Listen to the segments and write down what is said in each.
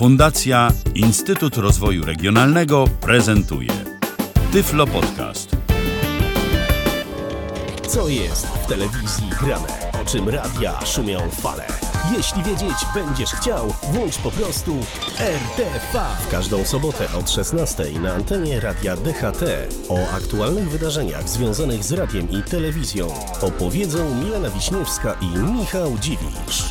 Fundacja Instytut Rozwoju Regionalnego prezentuje Tyflo Podcast. Co jest w telewizji grane? O czym radia szumią fale? Jeśli wiedzieć będziesz chciał, włącz po prostu RTV. W każdą sobotę od 16 na antenie Radia DHT o aktualnych wydarzeniach związanych z radiem i telewizją opowiedzą Milena Wiśniewska i Michał Dziwisz.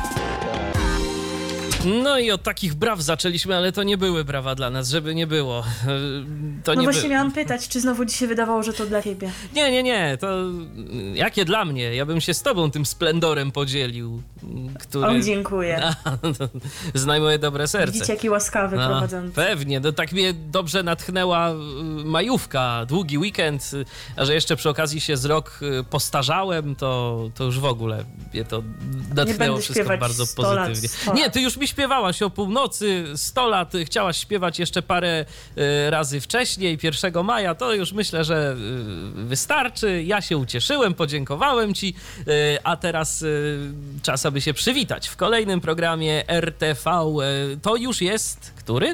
No i od takich braw zaczęliśmy, ale to nie były brawa dla nas, żeby nie było. To no nie właśnie miałam pytać, czy znowu ci się wydawało, że to dla ciebie? Nie, to jakie dla mnie? Ja bym się z tobą tym splendorem podzielił, który... O, dziękuję. Znaj moje dobre serce. Widzicie, jaki łaskawy prowadzący. Pewnie, no tak mnie dobrze natchnęła majówka, długi weekend, a że jeszcze przy okazji się z rok postarzałem, to już w ogóle mnie to natchnęło wszystko bardzo pozytywnie. 100 lat. Nie, ty już mi śpiewałaś o północy, 100 lat, chciałaś śpiewać jeszcze parę razy wcześniej, 1 maja, to już myślę, że wystarczy. Ja się ucieszyłem, podziękowałem ci, a teraz czas, aby się przywitać w kolejnym programie RTV. To już jest, który?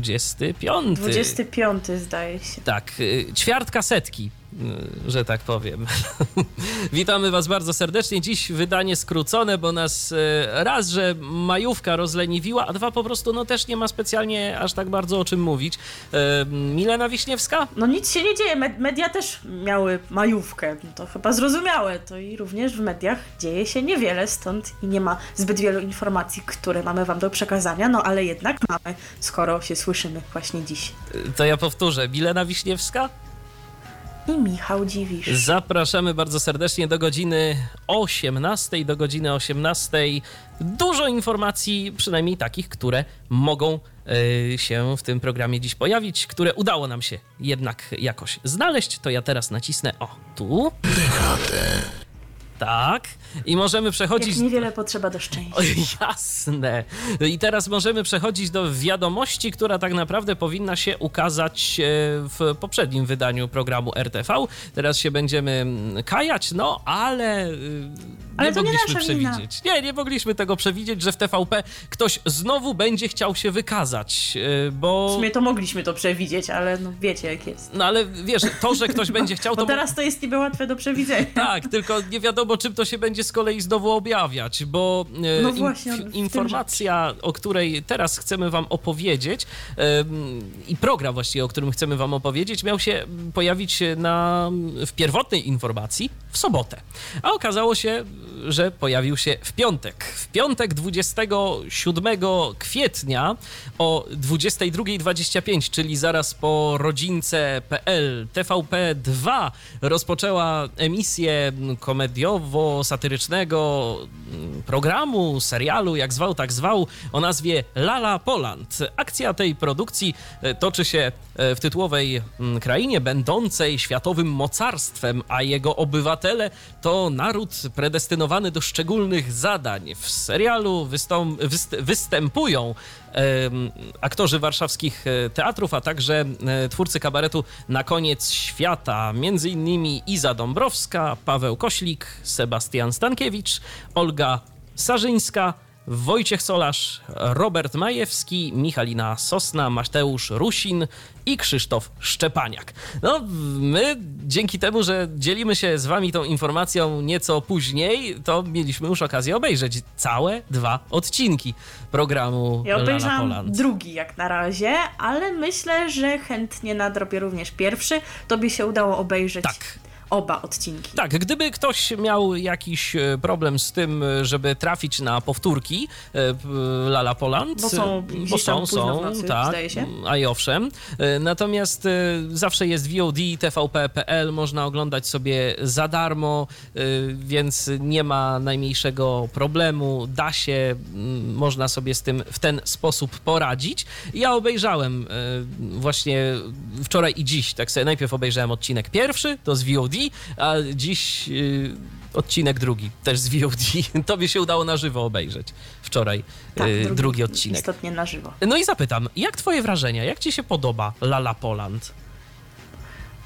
25. 25 zdaje się. Tak, ćwiartka setki, że tak powiem. Witamy was bardzo serdecznie. Dziś wydanie skrócone, bo nas raz, że majówka rozleniwiła, a dwa po prostu no też nie ma specjalnie aż tak bardzo o czym mówić. Milena Wiśniewska? No nic się nie dzieje. Media też miały majówkę. To chyba zrozumiałe. To i również w mediach dzieje się niewiele, stąd i nie ma zbyt wielu informacji, które mamy wam do przekazania, no ale jednak mamy, skoro się słyszymy właśnie dziś. To ja powtórzę. Milena Wiśniewska? I Michał Dziwisz. Zapraszamy bardzo serdecznie do godziny 18. Do godziny 18 dużo informacji, przynajmniej takich, które mogą się w tym programie dziś pojawić, które udało nam się jednak jakoś znaleźć. To ja teraz nacisnę, tu. DHT. Tak. I możemy przechodzić... Jak niewiele potrzeba do szczęścia. O, jasne. I teraz możemy przechodzić do wiadomości, która tak naprawdę powinna się ukazać w poprzednim wydaniu programu RTV. Teraz się będziemy kajać, no ale nie mogliśmy przewidzieć. Nie mogliśmy tego przewidzieć, że w TVP ktoś znowu będzie chciał się wykazać, bo... W sumie to mogliśmy to przewidzieć, ale no wiecie jak jest. No ale wiesz, to, że ktoś będzie chciał... Bo teraz to jest niby łatwe do przewidzenia. Tak, tylko nie wiadomo, czym to się będzie z kolei znowu objawiać, bo no właśnie, informacja, o której teraz chcemy wam opowiedzieć i program właściwie, o którym chcemy wam opowiedzieć, miał się pojawić w pierwotnej informacji w sobotę. A okazało się, że pojawił się w piątek. W piątek 27 kwietnia o 22:25, czyli zaraz po rodzince.pl, TVP2 rozpoczęła emisję komediowo-satyrycznego programu, serialu, jak zwał, tak zwał, o nazwie Lala Poland. Akcja tej produkcji toczy się w tytułowej krainie będącej światowym mocarstwem, a jego obywatele to naród predestynowany do szczególnych zadań. W serialu występują aktorzy warszawskich teatrów, a także twórcy kabaretu Na koniec świata, między innymi Iza Dąbrowska, Paweł Koślik, Sebastian Stankiewicz, Olga Sarzyńska, Wojciech Solarz, Robert Majewski, Michalina Sosna, Mateusz Rusin i Krzysztof Szczepaniak. No, my dzięki temu, że dzielimy się z wami tą informacją nieco później, to mieliśmy już okazję obejrzeć całe 2 odcinki programu Ja obejrzałam Lala Poland. drugi jak na razie, ale myślę, że chętnie nadrobię również pierwszy. Tobie się udało obejrzeć oba odcinki. Tak, gdyby ktoś miał jakiś problem z tym, żeby trafić na powtórki Lala Poland, bo są późno w nocy, tak, zdaje się. a i owszem. Natomiast zawsze jest VOD, TVP.pl, można oglądać sobie za darmo, więc nie ma najmniejszego problemu, da się, można sobie z tym w ten sposób poradzić. Ja obejrzałem właśnie wczoraj i dziś, tak sobie najpierw obejrzałem odcinek pierwszy, to z VOD, a dziś odcinek drugi, też z VOD. Tobie się udało na żywo obejrzeć wczoraj drugi odcinek. Istotnie na żywo. No i zapytam, jak twoje wrażenia, jak ci się podoba Lala Poland?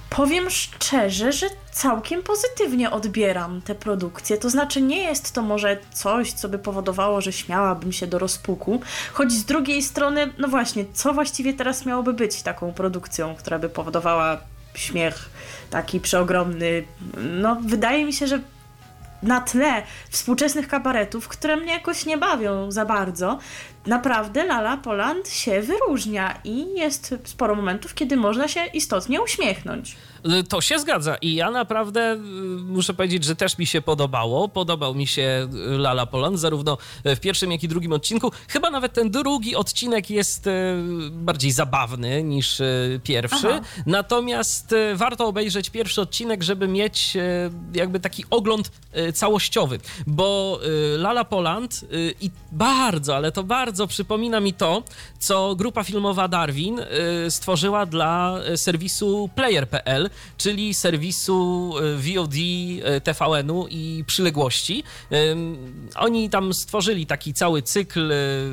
Powiem szczerze, że całkiem pozytywnie odbieram te produkcje. To znaczy nie jest to może coś, co by powodowało, że śmiałabym się do rozpuku, choć z drugiej strony, no właśnie, co właściwie teraz miałoby być taką produkcją, która by powodowała śmiech taki przeogromny? No wydaje mi się, że na tle współczesnych kabaretów, które mnie jakoś nie bawią za bardzo, naprawdę La La Poland się wyróżnia i jest sporo momentów, kiedy można się istotnie uśmiechnąć. To się zgadza i ja naprawdę muszę powiedzieć, że też mi się podobało. Podobał mi się La La Poland, zarówno w pierwszym, jak i drugim odcinku. Chyba nawet ten drugi odcinek jest bardziej zabawny niż pierwszy. Aha. Natomiast warto obejrzeć pierwszy odcinek, żeby mieć jakby taki ogląd całościowy, bo La La Poland i bardzo, ale to bardzo przypomina mi to, co grupa filmowa Darwin stworzyła dla serwisu Player.pl, czyli serwisu VOD TVN-u i przyległości. Oni tam stworzyli taki cały cykl,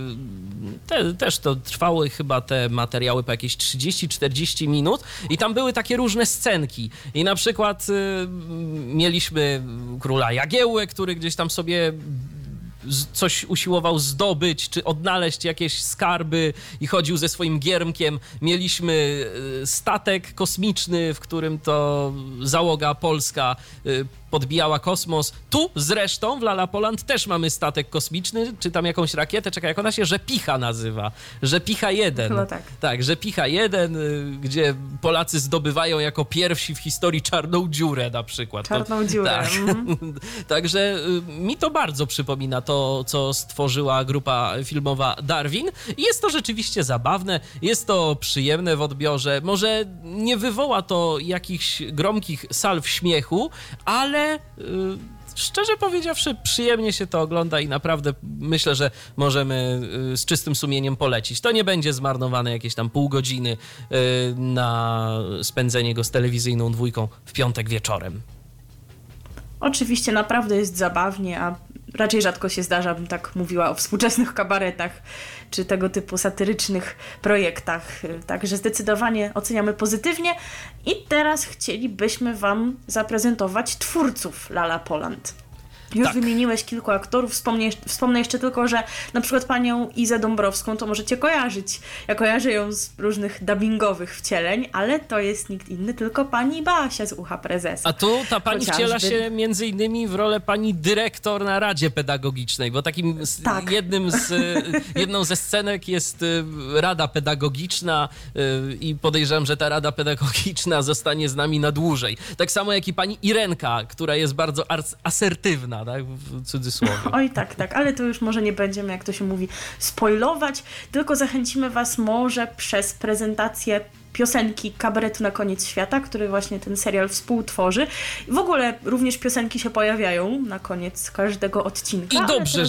też to trwały chyba te materiały po jakieś 30-40 minut i tam były takie różne scenki i na przykład mieliśmy króla Jagiełłę, który gdzieś tam sobie coś usiłował zdobyć, czy odnaleźć jakieś skarby i chodził ze swoim giermkiem. Mieliśmy statek kosmiczny, w którym to załoga polska podbijała kosmos. Tu zresztą w La La Poland też mamy statek kosmiczny, czy tam jakąś rakietę, czekaj, jak ona się Rzepicha nazywa. Rzepicha 1. Chyba tak. Tak, Rzepicha 1, gdzie Polacy zdobywają jako pierwsi w historii czarną dziurę na przykład. Czarną dziurę. Tak. Także mi to bardzo przypomina to, co stworzyła grupa filmowa Darwin. I jest to rzeczywiście zabawne, jest to przyjemne w odbiorze. Może nie wywoła to jakichś gromkich salw śmiechu, ale szczerze powiedziawszy, przyjemnie się to ogląda i naprawdę myślę, że możemy z czystym sumieniem polecić. To nie będzie zmarnowane jakieś tam pół godziny na spędzenie go z telewizyjną dwójką w piątek wieczorem. Oczywiście naprawdę jest zabawnie, a raczej rzadko się zdarza, bym tak mówiła o współczesnych kabaretach czy tego typu satyrycznych projektach. Także zdecydowanie oceniamy pozytywnie i teraz chcielibyśmy Wam zaprezentować twórców La La Poland. Już tak. Wymieniłeś kilku aktorów, wspomnę jeszcze tylko, że na przykład panią Izę Dąbrowską to możecie kojarzyć. Ja kojarzę ją z różnych dubbingowych wcieleń, ale to jest nikt inny, tylko pani Basia z Ucha Prezesa. A tu ta pani wciela się między innymi w rolę pani dyrektor na Radzie Pedagogicznej, bo takim tak. jedną ze scenek jest Rada Pedagogiczna i podejrzewam, że ta Rada Pedagogiczna zostanie z nami na dłużej. Tak samo jak i pani Irenka, która jest bardzo asertywna. Tak, w cudzysłowie. Oj, tak, ale to już może nie będziemy, jak to się mówi, spoilować, tylko zachęcimy Was może przez prezentację piosenki Kabaretu na koniec świata, który właśnie ten serial współtworzy. I w ogóle również piosenki się pojawiają na koniec każdego odcinka. I dobrze,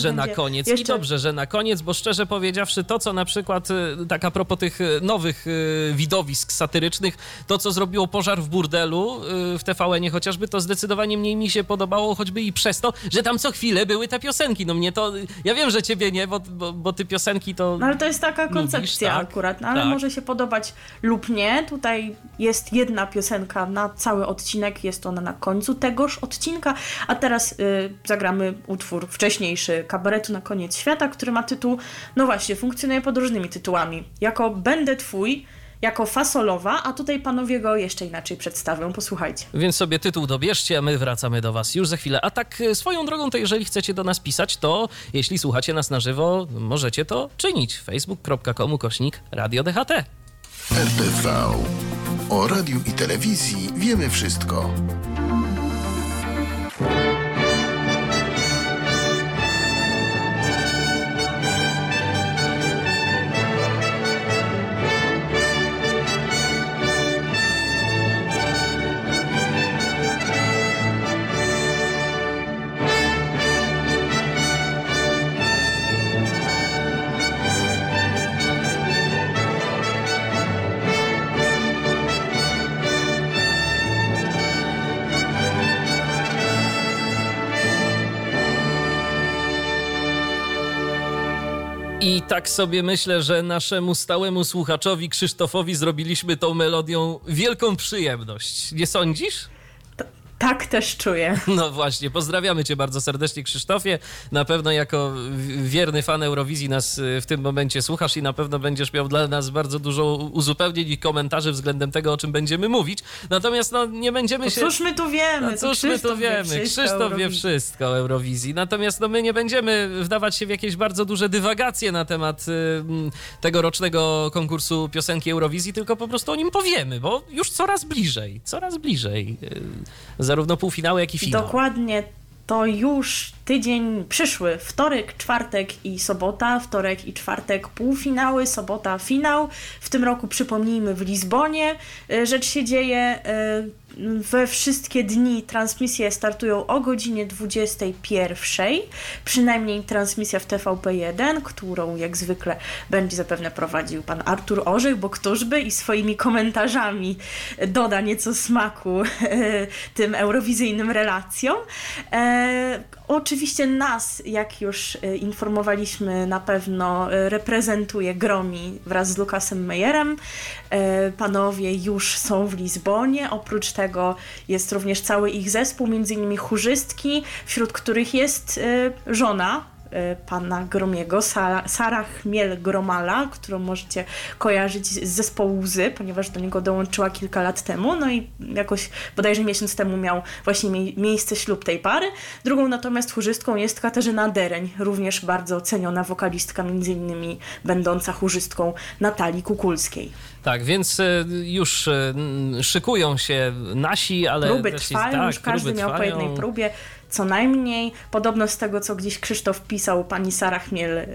że na koniec, bo szczerze powiedziawszy, to co na przykład, tak a propos tych nowych widowisk satyrycznych, to co zrobiło Pożar w burdelu w TVN-ie chociażby, to zdecydowanie mniej mi się podobało, choćby i przez to, że tam co chwilę były te piosenki. No mnie to, ja wiem, że ciebie nie, bo ty piosenki to no ale to jest taka koncepcja tak, akurat, no, ale tak. może się podobać lub nie. Tutaj jest jedna piosenka na cały odcinek, jest ona na końcu tegoż odcinka, a teraz zagramy utwór wcześniejszy Kabaretu na koniec świata, który ma tytuł, no właśnie, funkcjonuje pod różnymi tytułami. Jako Będę Twój, jako Fasolowa, a tutaj panowie go jeszcze inaczej przedstawią. Posłuchajcie. Więc sobie tytuł dobierzcie, a my wracamy do was już za chwilę. A tak swoją drogą, to jeżeli chcecie do nas pisać, to jeśli słuchacie nas na żywo, możecie to czynić. facebook.com/Radio DHT. RTV. O radiu i telewizji wiemy wszystko. tak sobie myślę, że naszemu stałemu słuchaczowi Krzysztofowi zrobiliśmy tą melodią wielką przyjemność. Nie sądzisz? Tak też czuję. No właśnie, pozdrawiamy cię bardzo serdecznie, Krzysztofie. Na pewno jako wierny fan Eurowizji nas w tym momencie słuchasz i na pewno będziesz miał dla nas bardzo dużo uzupełnień i komentarzy względem tego, o czym będziemy mówić. Natomiast nie będziemy się... Cóż my tu wiemy? Cóż my tu wiemy? Krzysztof wie wszystko o Eurowizji. Natomiast my nie będziemy wdawać się w jakieś bardzo duże dywagacje na temat tegorocznego konkursu piosenki Eurowizji, tylko po prostu o nim powiemy, bo już coraz bliżej. Zarówno półfinały, jak i finał. Dokładnie, to już tydzień przyszły. Wtorek, czwartek i sobota. Wtorek i czwartek półfinały, sobota finał. W tym roku, przypomnijmy, w Lizbonie rzecz się dzieje. We wszystkie dni transmisje startują o godzinie 21. Przynajmniej transmisja w TVP1, którą jak zwykle będzie zapewne prowadził pan Artur Orzech, bo któż by i swoimi komentarzami doda nieco smaku tym eurowizyjnym relacjom. Oczywiście nas, jak już informowaliśmy, na pewno reprezentuje Gromi wraz z Lukasem Meyerem. Panowie już są w Lizbonie. Oprócz tego jest również cały ich zespół, m.in. chórzystki, wśród których jest żona pana Gromiego, Sara Chmiel-Gromala, którą możecie kojarzyć z zespołu Łzy, ponieważ do niego dołączyła kilka lat temu, no i jakoś bodajże miesiąc temu miał właśnie miejsce ślub tej pary. Drugą natomiast chórzystką jest Katarzyna Dereń, również bardzo ceniona wokalistka, między innymi będąca chórzystką Natalii Kukulskiej. Tak, więc już szykują się nasi, ale... Próby trwają, już każdy miał po jednej próbie. Co najmniej, podobno z tego, co gdzieś Krzysztof pisał, pani Sara Chmiel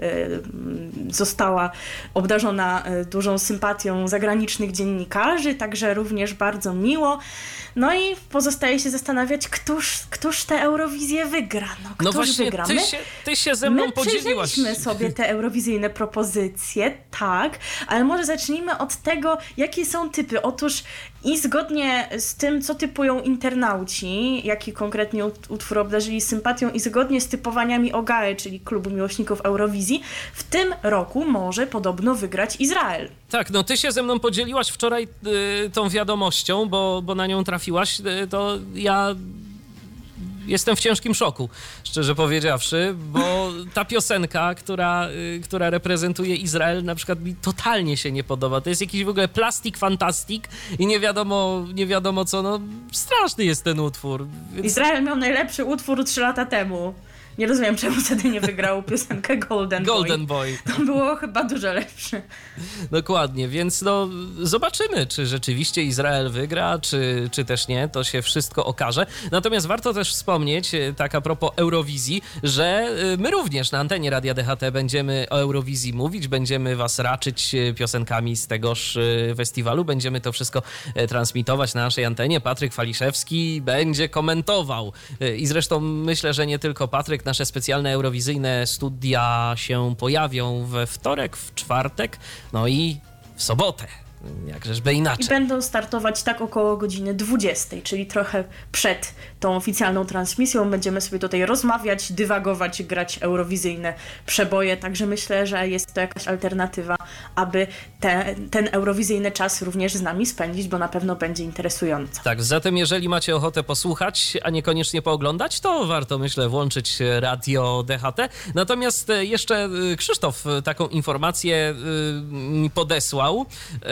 została obdarzona dużą sympatią zagranicznych dziennikarzy, także również bardzo miło. No i pozostaje się zastanawiać, któż tę Eurowizję wygra. No właśnie, wygra? Ty się ze mną podzieliłaś. My przejrzeliśmy sobie te eurowizyjne propozycje, tak, ale może zacznijmy od tego, jakie są typy. Otóż i zgodnie z tym, co typują internauci, jaki konkretnie utwór obdarzyli sympatią i zgodnie z typowaniami OGAE, czyli Klubu Miłośników Eurowizji, w tym roku może podobno wygrać Izrael. Tak, no ty się ze mną podzieliłaś wczoraj tą wiadomością, bo na nią trafiłaś, to ja jestem w ciężkim szoku, szczerze powiedziawszy, bo ta piosenka, która reprezentuje Izrael, na przykład mi totalnie się nie podoba. To jest jakiś w ogóle plastik fantastik i nie wiadomo co, no straszny jest ten utwór. Więc... Izrael miał najlepszy utwór 3 lata temu. Nie rozumiem, czemu wtedy nie wygrał piosenkę Golden Boy. To było chyba dużo lepsze. Dokładnie, więc zobaczymy, czy rzeczywiście Izrael wygra, czy też nie. To się wszystko okaże. Natomiast warto też wspomnieć, tak a propos Eurowizji, że my również na antenie Radia DHT będziemy o Eurowizji mówić, będziemy was raczyć piosenkami z tegoż festiwalu, będziemy to wszystko transmitować na naszej antenie. Patryk Waliszewski będzie komentował. I zresztą myślę, że nie tylko Patryk. Nasze specjalne eurowizyjne studia się pojawią we wtorek, w czwartek, no i w sobotę. Jakżeżby inaczej. I będą startować tak około godziny 20, czyli trochę przed tą oficjalną transmisją. Będziemy sobie tutaj rozmawiać, dywagować, grać eurowizyjne przeboje, także myślę, że jest to jakaś alternatywa, aby ten eurowizyjny czas również z nami spędzić, bo na pewno będzie interesująco. Tak, zatem jeżeli macie ochotę posłuchać, a niekoniecznie pooglądać, to warto, myślę, włączyć Radio DHT. Natomiast jeszcze Krzysztof taką informację mi podesłał,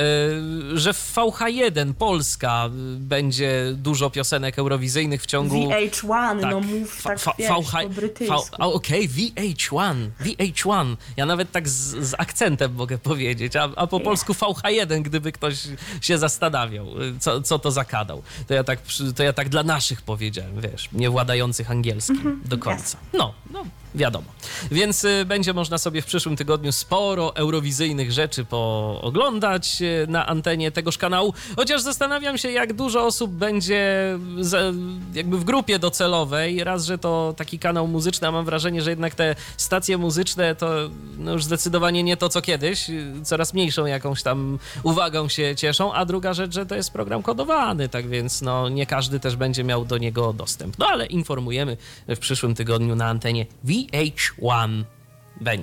że w VH1 Polska będzie dużo piosenek eurowizyjnych w ciągu... VH1, tak, no mów tak po brytyjsku. Okej, VH1. Ja nawet tak z akcentem mogę powiedzieć, a po polsku VH1, gdyby ktoś się zastanawiał, co to za kanał. To ja tak dla naszych powiedziałem, wiesz, nie władających angielskim do końca. No, wiadomo. Więc będzie można sobie w przyszłym tygodniu sporo eurowizyjnych rzeczy pooglądać na antenie tegoż kanału. Chociaż zastanawiam się, jak dużo osób będzie jakby w grupie docelowej. Raz, że to taki kanał muzyczny, a mam wrażenie, że jednak te stacje muzyczne to już zdecydowanie nie to, co kiedyś. Coraz mniejszą jakąś tam uwagą się cieszą. A druga rzecz, że to jest program kodowany, tak więc nie każdy też będzie miał do niego dostęp. No ale informujemy w przyszłym tygodniu na antenie VH1 będzie.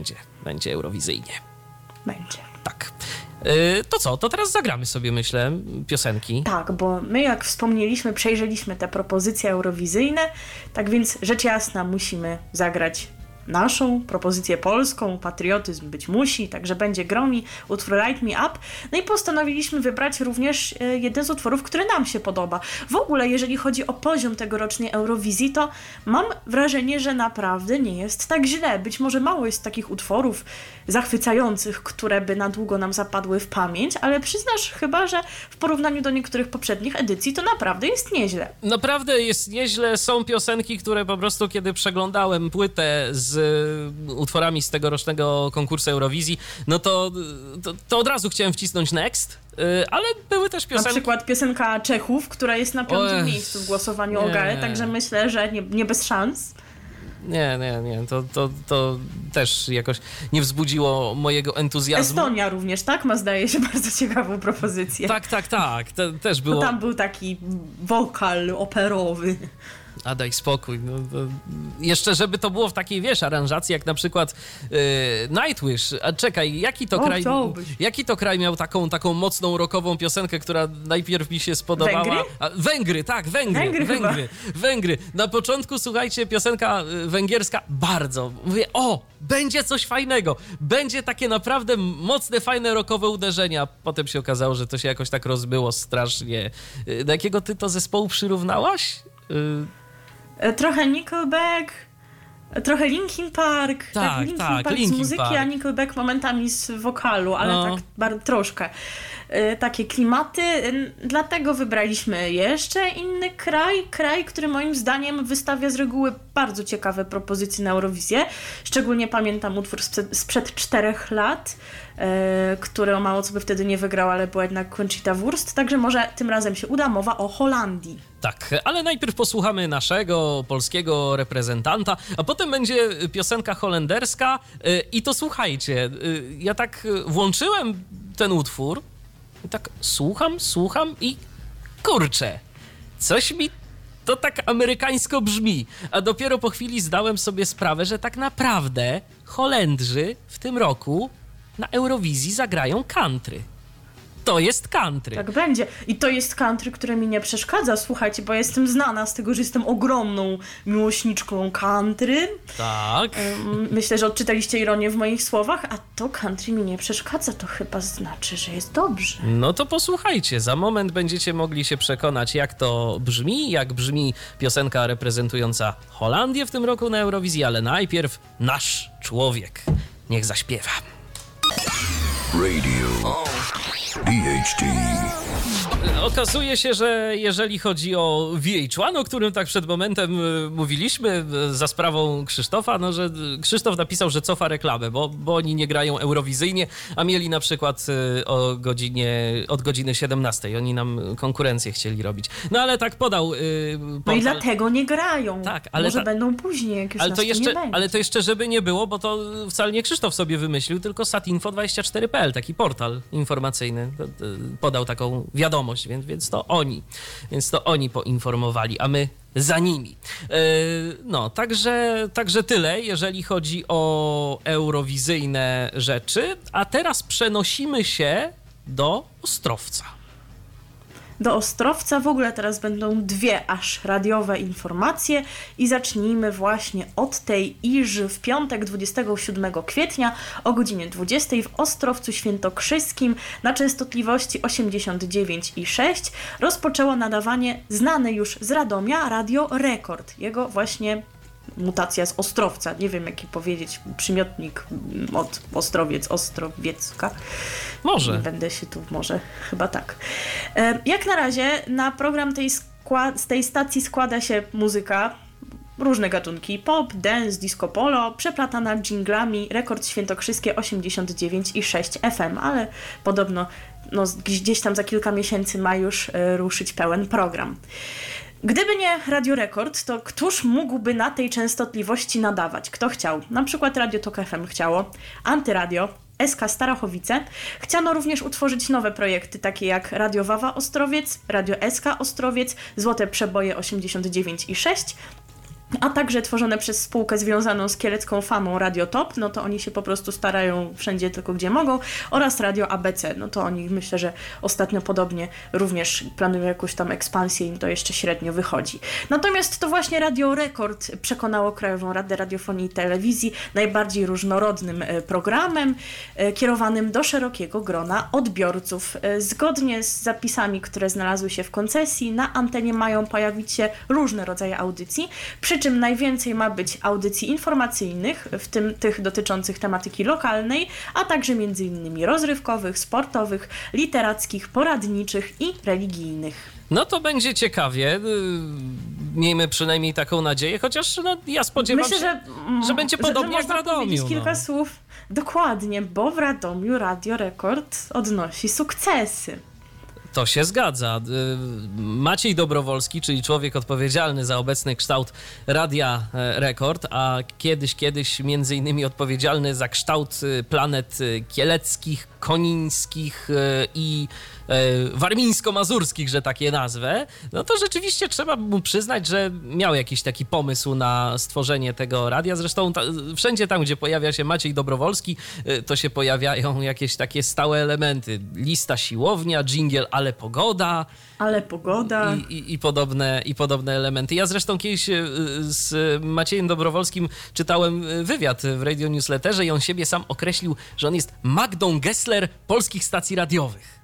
będzie eurowizyjnie. Będzie. Tak. To co? To teraz zagramy sobie, myślę, piosenki. Tak, bo my jak wspomnieliśmy, przejrzeliśmy te propozycje eurowizyjne, tak więc rzecz jasna musimy zagrać naszą propozycję polską, patriotyzm być musi, także będzie Gromi, utwór Light Me Up. No i postanowiliśmy wybrać również jeden z utworów, który nam się podoba. W ogóle, jeżeli chodzi o poziom tegorocznej Eurowizji, to mam wrażenie, że naprawdę nie jest tak źle. Być może mało jest takich utworów zachwycających, które by na długo nam zapadły w pamięć, ale przyznasz chyba, że w porównaniu do niektórych poprzednich edycji to naprawdę jest nieźle. Naprawdę jest nieźle. Są piosenki, które po prostu, kiedy przeglądałem płytę z utworami z tegorocznego konkursu Eurowizji, no to od razu chciałem wcisnąć next, ale były też piosenki... Na przykład piosenka Czechów, która jest na 5. miejscu w głosowaniu o GAE, także myślę, że nie bez szans. Nie, to też jakoś nie wzbudziło mojego entuzjazmu. Estonia również, tak? Ma, zdaje się, bardzo ciekawą propozycję. Tak. Też było... Bo tam był taki wokal operowy. A daj spokój. No, jeszcze, żeby to było w takiej, wiesz, aranżacji, jak na przykład Nightwish. A czekaj, jaki to kraj miał taką mocną rockową piosenkę, która najpierw mi się spodobała? Węgry? Węgry. Na początku, słuchajcie, piosenka węgierska bardzo. Mówię, będzie coś fajnego. Będzie takie naprawdę mocne, fajne rockowe uderzenia. Potem się okazało, że to się jakoś tak rozbyło strasznie. Do jakiego ty to zespołu przyrównałaś? Trochę Nickelback, trochę Linkin Park. Linkin Park z muzyki, a Nickelback momentami z wokalu, ale tak troszkę. Takie klimaty, dlatego wybraliśmy jeszcze inny kraj, który moim zdaniem wystawia z reguły bardzo ciekawe propozycje na Eurowizję. Szczególnie pamiętam utwór sprzed 4 lat, który mało co by wtedy nie wygrał, ale była jednak Conchita Wurst, także może tym razem się uda. Mowa o Holandii. Tak, ale najpierw posłuchamy naszego polskiego reprezentanta, a potem będzie piosenka holenderska i to słuchajcie, ja tak włączyłem ten utwór i tak słucham i kurczę, coś mi to tak amerykańsko brzmi, a dopiero po chwili zdałem sobie sprawę, że tak naprawdę Holendrzy w tym roku na Eurowizji zagrają country. To jest country. Tak będzie. I to jest country, które mi nie przeszkadza, słuchajcie, bo jestem znana z tego, że jestem ogromną miłośniczką country. Tak. Myślę, że odczytaliście ironię w moich słowach, a to country mi nie przeszkadza, to chyba znaczy, że jest dobrze. No to posłuchajcie, za moment będziecie mogli się przekonać, jak to brzmi, jak brzmi piosenka reprezentująca Holandię w tym roku na Eurowizji, ale najpierw nasz człowiek. Niech zaśpiewa. Radio DHT. Okazuje się, że jeżeli chodzi o VH1, o którym tak przed momentem mówiliśmy za sprawą Krzysztofa, no że Krzysztof napisał, że cofa reklamę, bo oni nie grają eurowizyjnie, a mieli na przykład od godziny 17. Oni nam konkurencję chcieli robić. No ale tak podał portal. No i dlatego nie grają. Tak, ale może będą później, jak już ale nas to jeszcze, nie będzie. ale to jeszcze, żeby nie było, bo to wcale nie Krzysztof sobie wymyślił, tylko satinfo24.pl, taki portal informacyjny podał taką wiadomość, więc to oni poinformowali, a my za nimi. No, także tyle, jeżeli chodzi o eurowizyjne rzeczy, a teraz przenosimy się do Ostrowca. Do Ostrowca w ogóle teraz będą 2 aż radiowe informacje i zacznijmy właśnie od tej, iż w piątek 27 kwietnia o godzinie 20 w Ostrowcu Świętokrzyskim na częstotliwości 89,6 rozpoczęło nadawanie znane już z Radomia Radio Rekord. Jego właśnie mutacja z Ostrowca. Nie wiem, jaki powiedzieć przymiotnik od Ostrowiec, Ostrowiecka. Może. Nie będę się tu, może, chyba tak. Jak na razie na program z tej stacji składa się muzyka, różne gatunki, pop, dance, disco polo, przeplatana dżinglami, Rekord Świętokrzyskie 89,6 FM, ale podobno gdzieś tam za kilka miesięcy ma już ruszyć pełen program. Gdyby nie Radio Rekord, to któż mógłby na tej częstotliwości nadawać? Kto chciał? Na przykład Radio Tok FM chciało, Antyradio, SK Starachowice. Chciano również utworzyć nowe projekty, takie jak Radio Wawa Ostrowiec, Radio SK Ostrowiec, Złote Przeboje 89,6 a także tworzone przez spółkę związaną z kielecką famą Radio Top, no to oni się po prostu starają wszędzie tylko gdzie mogą, oraz Radio ABC, no to oni myślę, że ostatnio podobnie również planują jakąś tam ekspansję, im to jeszcze średnio wychodzi. Natomiast to właśnie Radio Rekord przekonało Krajową Radę Radiofonii i Telewizji najbardziej różnorodnym programem, kierowanym do szerokiego grona odbiorców. Zgodnie z zapisami, które znalazły się w koncesji, na antenie mają pojawić się różne rodzaje audycji, przy czym najwięcej ma być audycji informacyjnych, w tym tych dotyczących tematyki lokalnej, a także m.in. rozrywkowych, sportowych, literackich, poradniczych i religijnych. No to będzie ciekawie. Miejmy przynajmniej taką nadzieję, chociaż no, ja spodziewam Myślę, się, że będzie podobnie jak w Radomiu. Powiedzieć kilka słów dokładnie, bo w Radomiu Radio Rekord odnosi sukcesy. To się zgadza. Maciej Dobrowolski, czyli człowiek odpowiedzialny za obecny kształt Radia Rekord, a kiedyś między innymi odpowiedzialny za kształt planet kieleckich, konińskich i warmińsko-mazurskich, że takie nazwę, no to rzeczywiście trzeba mu przyznać, że miał jakiś taki pomysł na stworzenie tego radia. Zresztą wszędzie tam, gdzie pojawia się Maciej Dobrowolski, to się pojawiają jakieś takie stałe elementy. Lista Siłownia, dżingiel Ale Pogoda. Ale Pogoda. I podobne elementy. Ja zresztą kiedyś z Maciejem Dobrowolskim czytałem wywiad w Radio Newsletterze i on siebie sam określił, że on jest Magdą Gessler polskich stacji radiowych.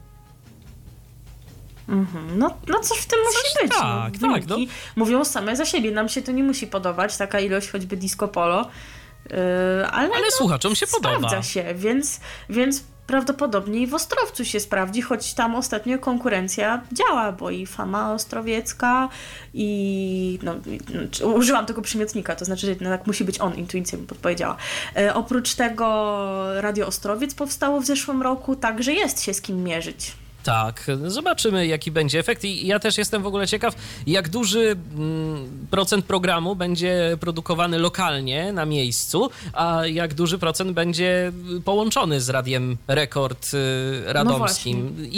No coś w tym musi być. Tak, no, tak. No. Mówią same za siebie. Nam się to nie musi podobać, taka ilość choćby disco polo. Ale słuchaczom się podoba. Sprawdza się, więc prawdopodobnie i w Ostrowcu się sprawdzi, choć tam ostatnio konkurencja działa, bo i Fama Ostrowiecka i użyłam tego przymiotnika, to znaczy, że tak musi być on, intuicja mi podpowiedziała. Oprócz tego Radio Ostrowiec powstało w zeszłym roku, także jest się z kim mierzyć. Tak, zobaczymy jaki będzie efekt i ja też jestem w ogóle ciekaw, jak duży procent programu będzie produkowany lokalnie na miejscu, a jak duży procent będzie połączony z Radiem Rekord radomskim. No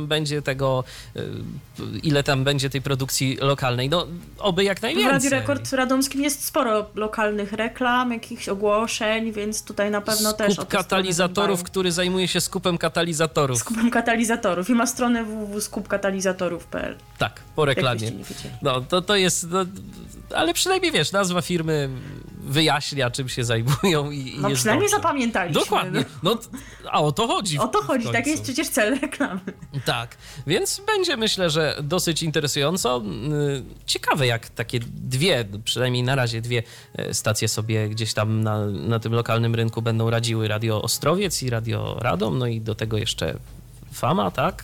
ile tam będzie tej produkcji lokalnej? No oby jak najwięcej. W Radiu Rekord radomskim jest sporo lokalnych reklam, jakichś ogłoszeń, więc tutaj na pewno też... Skup katalizatorów, który zajmuje się skupem katalizatorów. Skupem katalizatorów. I ma stronę www.skupkatalizatorów.pl. Tak, po reklamie. No, to jest... No, ale przynajmniej wiesz, nazwa firmy wyjaśnia, czym się zajmują i no jest przynajmniej dobrze. Zapamiętaliśmy. Dokładnie. No, a o to chodzi. O to chodzi, tak jest przecież cel reklamy. Tak, więc będzie myślę, że dosyć interesująco. Ciekawe jak takie przynajmniej na razie dwie stacje sobie gdzieś tam na tym lokalnym rynku będą radziły. Radio Ostrowiec i Radio Radom, no i do tego jeszcze Fama, tak?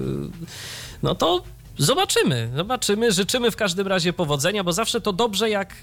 No to zobaczymy. Życzymy w każdym razie powodzenia, bo zawsze to dobrze, jak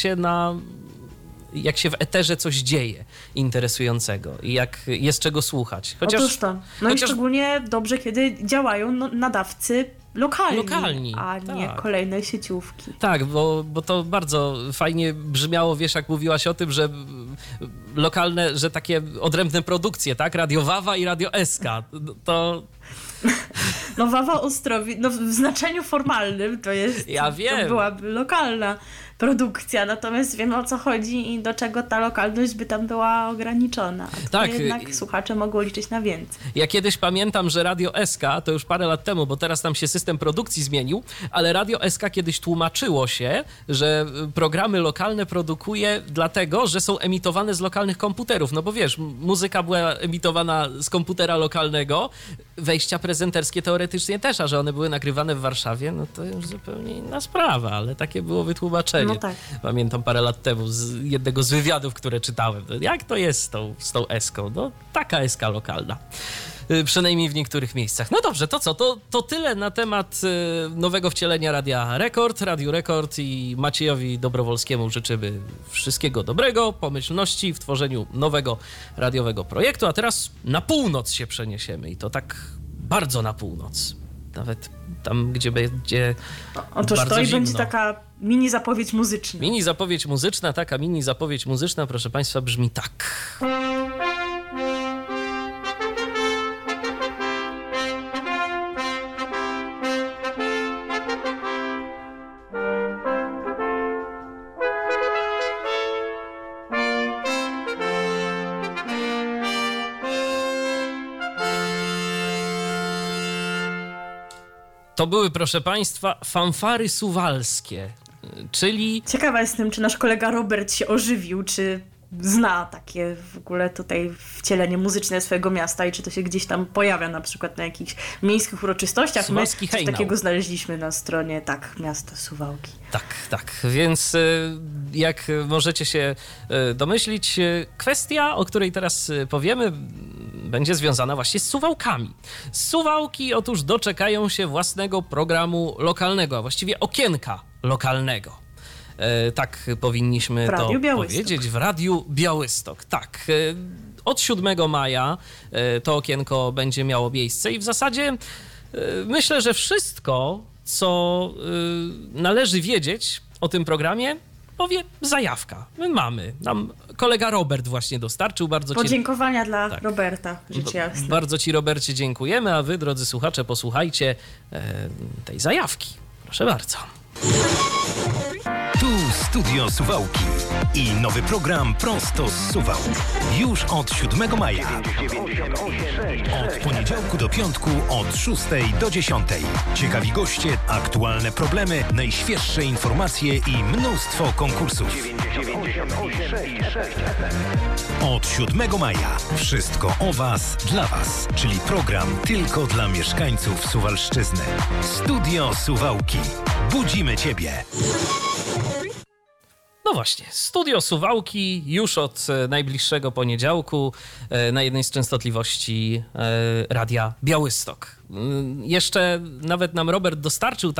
się w eterze coś dzieje interesującego i jak jest czego słuchać. Otóż to. I szczególnie dobrze, kiedy działają nadawcy lokalni, a tak. Nie kolejne sieciówki. Tak, bo to bardzo fajnie brzmiało, wiesz, jak mówiłaś o tym, że lokalne, że takie odrębne produkcje, tak? Radio Wawa i Radio SK. To... No Wawa Ostrowiec, no w znaczeniu formalnym to jest... Ja wiem. To byłaby lokalna produkcja, natomiast wiemy o co chodzi i do czego ta lokalność by tam była ograniczona. Tak. Jednak słuchacze mogą liczyć na więcej. Ja kiedyś pamiętam, że Radio SK, to już parę lat temu, bo teraz tam się system produkcji zmienił, ale Radio SK kiedyś tłumaczyło się, że programy lokalne produkuje dlatego, że są emitowane z lokalnych komputerów. No bo wiesz, muzyka była emitowana z komputera lokalnego, wejścia prezenterskie teoretycznie też, a że one były nagrywane w Warszawie, no to już zupełnie inna sprawa, ale takie było wytłumaczenie. No tak. Pamiętam parę lat temu z jednego z wywiadów, które czytałem. Jak to jest z tą eską? No taka eska lokalna. Przynajmniej w niektórych miejscach. No dobrze, to co? To tyle na temat nowego wcielenia Radia Rekord. Radiu Rekord i Maciejowi Dobrowolskiemu życzymy wszystkiego dobrego, pomyślności w tworzeniu nowego radiowego projektu. A teraz na północ się przeniesiemy i to tak bardzo na północ. Nawet tam, gdzie będzie Otóż bardzo to i zimno. będzie taka mini zapowiedź muzyczna. Taka mini zapowiedź muzyczna, proszę Państwa, brzmi tak. To były, proszę Państwa, fanfary suwalskie, czyli... Ciekawa jestem, czy nasz kolega Robert się ożywił, czy zna takie w ogóle tutaj wcielenie muzyczne swojego miasta i czy to się gdzieś tam pojawia na przykład na jakichś miejskich uroczystościach. Suwalski My coś hejnał. takiego znaleźliśmy na stronie, miasta Suwałki. Tak, więc jak możecie się domyślić, kwestia, o której teraz powiemy, będzie związana właśnie z Suwałkami. Suwałki otóż doczekają się własnego programu lokalnego, a właściwie okienka lokalnego. Tak powinniśmy to powiedzieć, w Radiu Białystok. Tak, od 7 maja to okienko będzie miało miejsce i w zasadzie myślę, że wszystko, co należy wiedzieć o tym programie, powie zajawka. My mamy. Nam kolega Robert właśnie dostarczył. Bardzo podziękowania dla Roberta, rzecz jasna. Bardzo Ci, Robercie, dziękujemy, a Wy, drodzy słuchacze, posłuchajcie tej zajawki. Proszę bardzo. Tu Studio Suwałki i nowy program prosto z Suwałk. Już od 7 maja. Od poniedziałku do piątku od 6 do 10. Ciekawi goście, aktualne problemy, najświeższe informacje i mnóstwo konkursów. Od 7 maja. Wszystko o Was, dla Was. Czyli program tylko dla mieszkańców Suwalszczyzny. Studio Suwałki. Budzimy Ciebie. No właśnie, Studio Suwałki już od najbliższego poniedziałku na jednej z częstotliwości Radia Białystok. Jeszcze nawet nam Robert dostarczył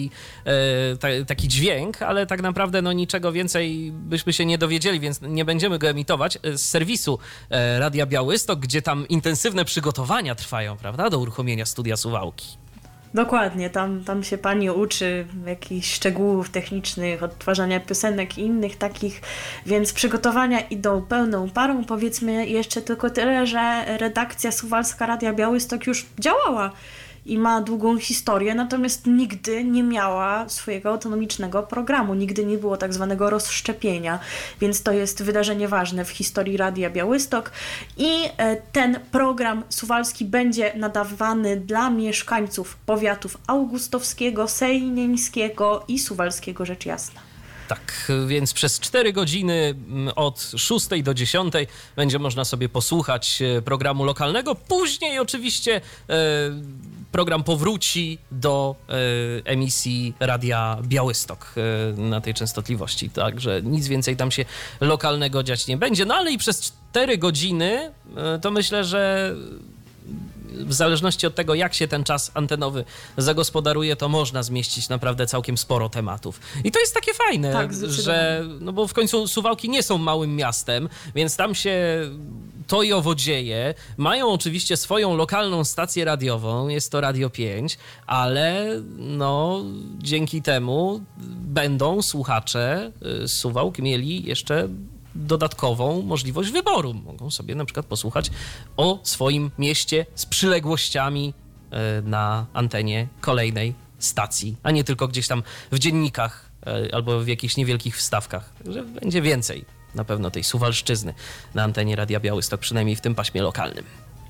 taki dźwięk, ale tak naprawdę niczego więcej byśmy się nie dowiedzieli, więc nie będziemy go emitować z serwisu Radia Białystok, gdzie tam intensywne przygotowania trwają, prawda, do uruchomienia Studia Suwałki. Dokładnie, tam się pani uczy jakichś szczegółów technicznych, odtwarzania piosenek i innych takich, więc przygotowania idą pełną parą. Powiedzmy jeszcze tylko tyle, że redakcja Suwalska Radia Białystok już działała i ma długą historię, natomiast nigdy nie miała swojego autonomicznego programu, nigdy nie było tak zwanego rozszczepienia, więc to jest wydarzenie ważne w historii Radia Białystok i ten program suwalski będzie nadawany dla mieszkańców powiatów augustowskiego, sejnieńskiego i suwalskiego, rzecz jasna. Tak, więc przez 4 godziny od 6 do 10 będzie można sobie posłuchać programu lokalnego. Później oczywiście program powróci do emisji Radia Białystok na tej częstotliwości, także nic więcej tam się lokalnego dziać nie będzie. No ale i przez 4 godziny to myślę, że w zależności od tego, jak się ten czas antenowy zagospodaruje, to można zmieścić naprawdę całkiem sporo tematów. I to jest takie fajne, tak, że, no bo w końcu Suwałki nie są małym miastem, więc tam się to i owo dzieje. Mają oczywiście swoją lokalną stację radiową, jest to Radio 5, ale dzięki temu będą słuchacze Suwałk mieli jeszcze dodatkową możliwość wyboru. Mogą sobie na przykład posłuchać o swoim mieście z przyległościami na antenie kolejnej stacji, a nie tylko gdzieś tam w dziennikach albo w jakichś niewielkich wstawkach. Że będzie więcej na pewno tej Suwalszczyzny na antenie Radia Białystok, przynajmniej w tym paśmie lokalnym.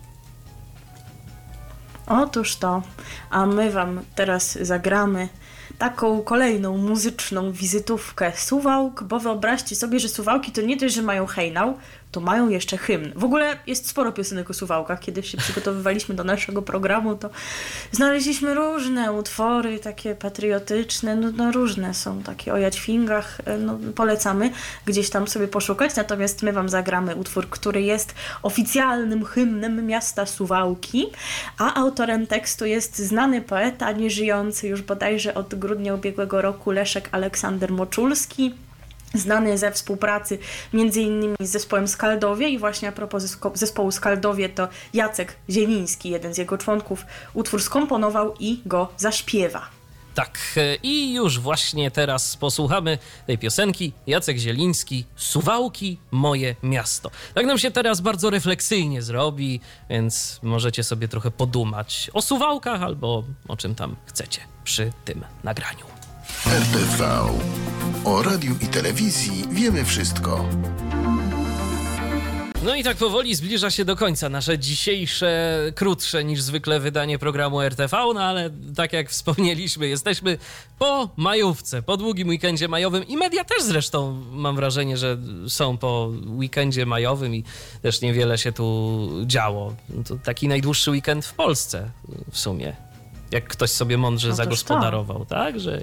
Otóż to, a my wam teraz zagramy taką kolejną muzyczną wizytówkę Suwałk, bo wyobraźcie sobie, że Suwałki to nie dość, że mają hejnał, to mają jeszcze hymn. W ogóle jest sporo piosenek o Suwałkach. Kiedy się przygotowywaliśmy do naszego programu, to znaleźliśmy różne utwory takie patriotyczne, różne są takie o Jadźwingach, polecamy gdzieś tam sobie poszukać, natomiast my wam zagramy utwór, który jest oficjalnym hymnem miasta Suwałki, a autorem tekstu jest znany poeta, nieżyjący już bodajże od grudnia ubiegłego roku Leszek Aleksander Moczulski, znany ze współpracy m.in. z zespołem Skaldowie i właśnie a propos zespołu Skaldowie to Jacek Zieliński, jeden z jego członków, utwór skomponował i go zaśpiewa. Tak, i już właśnie teraz posłuchamy tej piosenki. Jacek Zieliński, Suwałki, moje miasto. Tak nam się teraz bardzo refleksyjnie zrobi, więc możecie sobie trochę podumać o Suwałkach albo o czym tam chcecie przy tym nagraniu. RTV. O radiu i telewizji wiemy wszystko. No i tak powoli zbliża się do końca nasze dzisiejsze, krótsze niż zwykle wydanie programu RTV, no ale tak jak wspomnieliśmy, jesteśmy po majówce, po długim weekendzie majowym i media też zresztą mam wrażenie, że są po weekendzie majowym i też niewiele się tu działo. To taki najdłuższy weekend w Polsce w sumie. Jak ktoś sobie mądrze zagospodarował, tak? Że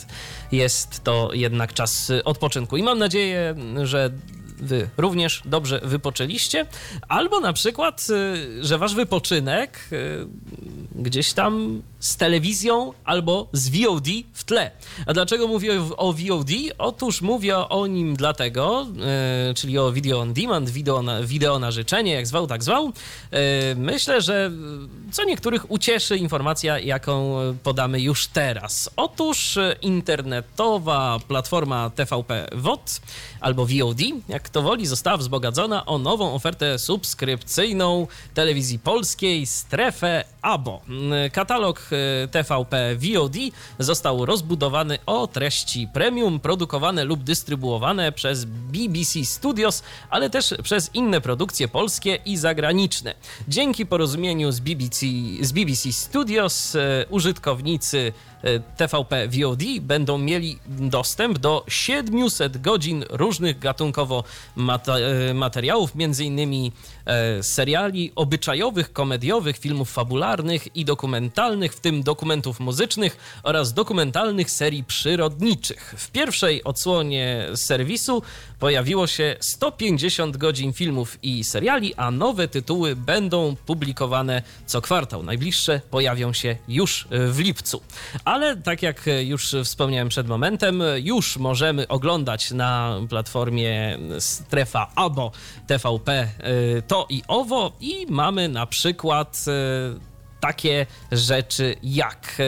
jest to jednak czas odpoczynku. I mam nadzieję, że wy również dobrze wypoczęliście, albo na przykład, że wasz wypoczynek gdzieś tam z telewizją albo z VOD w tle. A dlaczego mówię o VOD? Otóż mówię o nim dlatego, czyli o video on demand, wideo na życzenie, jak zwał, tak zwał. Myślę, że co niektórych ucieszy informacja, jaką podamy już teraz. Otóż internetowa platforma TVP VOD albo VOD, jak kto woli, została wzbogacona o nową ofertę subskrypcyjną telewizji polskiej, strefę ABO. Katalog TVP VOD został rozbudowany o treści premium produkowane lub dystrybuowane przez BBC Studios, ale też przez inne produkcje polskie i zagraniczne. Dzięki porozumieniu z BBC Studios użytkownicy TVP VOD będą mieli dostęp do 700 godzin różnych gatunkowo materiałów, m.in. seriali obyczajowych, komediowych, filmów fabularnych i dokumentalnych, w tym dokumentów muzycznych oraz dokumentalnych serii przyrodniczych. W pierwszej odsłonie serwisu pojawiło się 150 godzin filmów i seriali, a nowe tytuły będą publikowane co kwartał. Najbliższe pojawią się już w lipcu. Ale tak jak już wspomniałem przed momentem, już możemy oglądać na platformie strefa ABO TVP to i owo i mamy na przykład takie rzeczy jak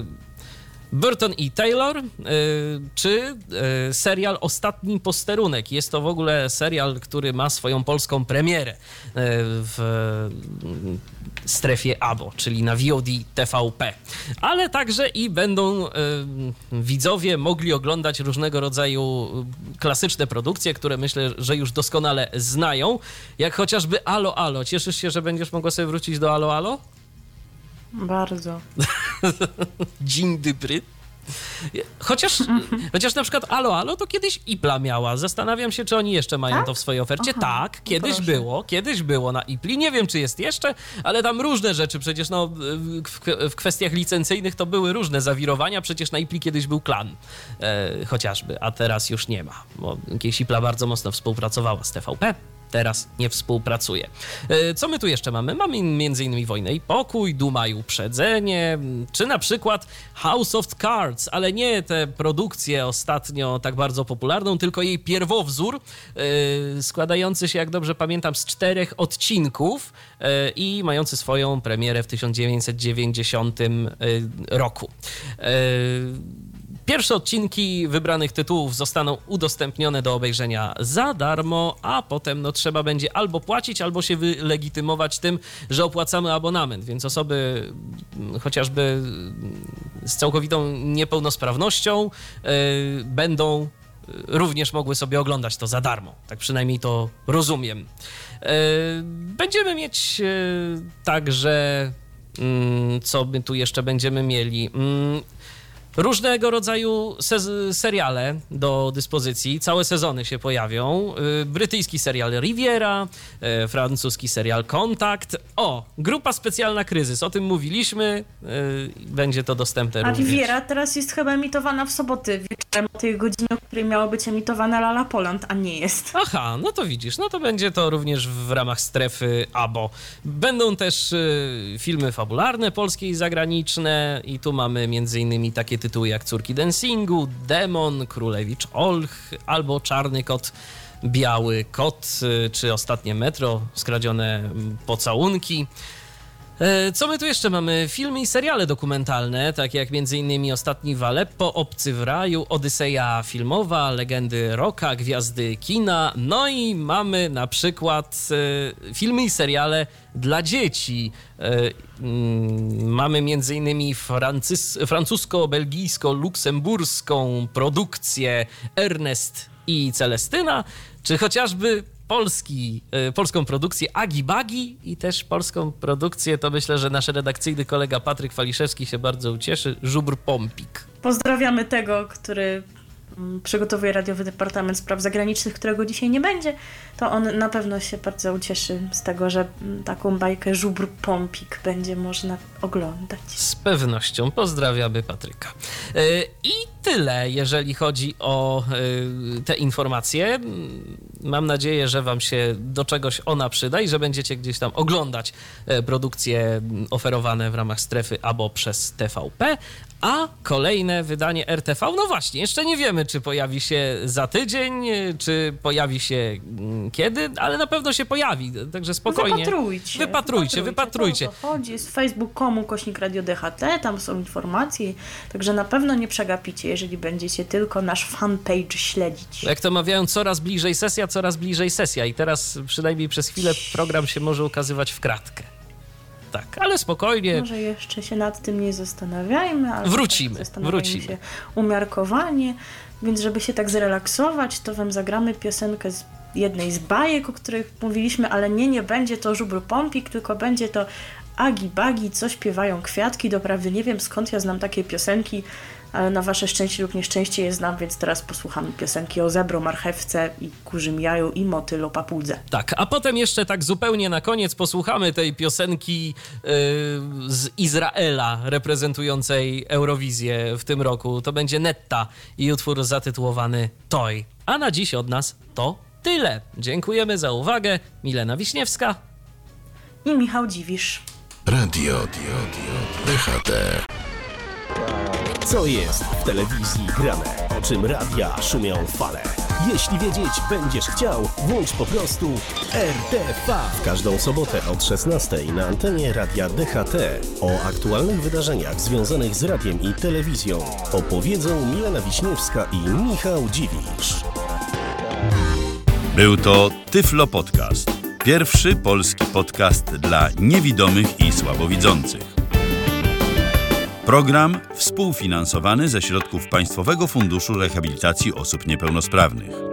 Burton i Taylor, czy serial Ostatni Posterunek. Jest to w ogóle serial, który ma swoją polską premierę w strefie ABO, czyli na VOD TVP. Ale także i będą widzowie mogli oglądać różnego rodzaju klasyczne produkcje, które myślę, że już doskonale znają, jak chociażby Alo Alo. Cieszysz się, że będziesz mogła sobie wrócić do Alo Alo? Bardzo. Dzień dobry. Chociaż na przykład Alo Alo to kiedyś Ipla miała. Zastanawiam się, czy oni jeszcze mają to w swojej ofercie. Aha, tak, kiedyś było na Ipli. Nie wiem, czy jest jeszcze, ale tam różne rzeczy. Przecież w kwestiach licencyjnych to były różne zawirowania. Przecież na Ipli kiedyś był Klan chociażby, a teraz już nie ma. Bo kiedyś Ipla bardzo mocno współpracowała z TVP. Teraz nie współpracuje. Co my tu jeszcze mamy? Mamy m.in. Wojnę i Pokój, Duma i Uprzedzenie, czy na przykład House of Cards, ale nie tę produkcję ostatnio tak bardzo popularną, tylko jej pierwowzór, składający się, jak dobrze pamiętam, z 4 odcinków i mający swoją premierę w 1990 roku. Pierwsze odcinki wybranych tytułów zostaną udostępnione do obejrzenia za darmo, a potem trzeba będzie albo płacić, albo się wylegitymować tym, że opłacamy abonament, więc osoby chociażby z całkowitą niepełnosprawnością będą również mogły sobie oglądać to za darmo. Tak przynajmniej to rozumiem. Będziemy mieć także, co my tu jeszcze będziemy mieli? Różnego rodzaju seriale do dyspozycji, całe sezony się pojawią. Brytyjski serial Riviera, francuski serial Kontakt. Grupa specjalna Kryzys, o tym mówiliśmy, będzie to dostępne również. A Riviera teraz jest chyba emitowana w soboty wieczorem o tej godzinie, o której miała być emitowana La La Poland, a nie jest. Aha, no to widzisz, no to będzie to również w ramach strefy ABO. Będą też filmy fabularne, polskie i zagraniczne i tu mamy m.in. takie tytuły jak Córki dancingu, Demon, Królewicz Olch albo Czarny Kot, Biały Kot, czy Ostatnie metro, Skradzione pocałunki. Co my tu jeszcze mamy? Filmy i seriale dokumentalne, takie jak m.in. Ostatni w Aleppo, Obcy w raju, Odyseja filmowa, Legendy rocka, Gwiazdy kina. No i mamy na przykład filmy i seriale dla dzieci. Mamy m.in. francusko-belgijsko-luksemburską produkcję Ernest i Celestyna, czy chociażby polską produkcję Agi Bagi i też polską produkcję, to myślę, że nasz redakcyjny kolega Patryk Waliszewski się bardzo ucieszy, Żubr Pompik. Pozdrawiamy tego, który przygotowuje Radiowy Departament Spraw Zagranicznych, którego dzisiaj nie będzie, to on na pewno się bardzo ucieszy z tego, że taką bajkę Żubr Pompik będzie można oglądać. Z pewnością. Pozdrawiamy Patryka. I tyle, jeżeli chodzi o te informacje. Mam nadzieję, że wam się do czegoś ona przyda i że będziecie gdzieś tam oglądać produkcje oferowane w ramach strefy albo przez TVP, a kolejne wydanie RTV, no właśnie, jeszcze nie wiemy, czy pojawi się za tydzień, czy pojawi się kiedy, ale na pewno się pojawi, także spokojnie. Wypatrujcie. To chodzi, jest facebook.com/Radio DHT, tam są informacje, także na pewno nie przegapicie, jeżeli będziecie tylko nasz fanpage śledzić. Jak to mawiają, coraz bliżej sesja i teraz przynajmniej przez chwilę program się może ukazywać w kratkę. Tak, ale spokojnie. Może jeszcze się nad tym nie zastanawiajmy, ale wrócimy. się umiarkowanie, więc żeby się tak zrelaksować, to wam zagramy piosenkę z jednej z bajek, o których mówiliśmy, ale nie będzie to Żubr Pompik, tylko będzie to Agi Bagi, co śpiewają kwiatki. Doprawdy nie wiem, skąd ja znam takie piosenki, ale na wasze szczęście lub nieszczęście je znam, więc teraz posłuchamy piosenki o zebro, marchewce i kurzym jaju i motylo papudze. Tak, a potem jeszcze tak zupełnie na koniec posłuchamy tej piosenki z Izraela reprezentującej Eurowizję w tym roku. To będzie Netta i utwór zatytułowany Toy. A na dziś od nas to tyle. Dziękujemy za uwagę. Milena Wiśniewska i Michał Dziwisz. Radio DHT. Co jest w telewizji grane? O czym radia szumią fale? Jeśli wiedzieć będziesz chciał, włącz po prostu RTV. W każdą sobotę od 16 na antenie Radia DHT o aktualnych wydarzeniach związanych z radiem i telewizją opowiedzą Milena Wiśniewska i Michał Dziwisz. Był to Tyflo Podcast. Pierwszy polski podcast dla niewidomych i słabowidzących. Program współfinansowany ze środków Państwowego Funduszu Rehabilitacji Osób Niepełnosprawnych.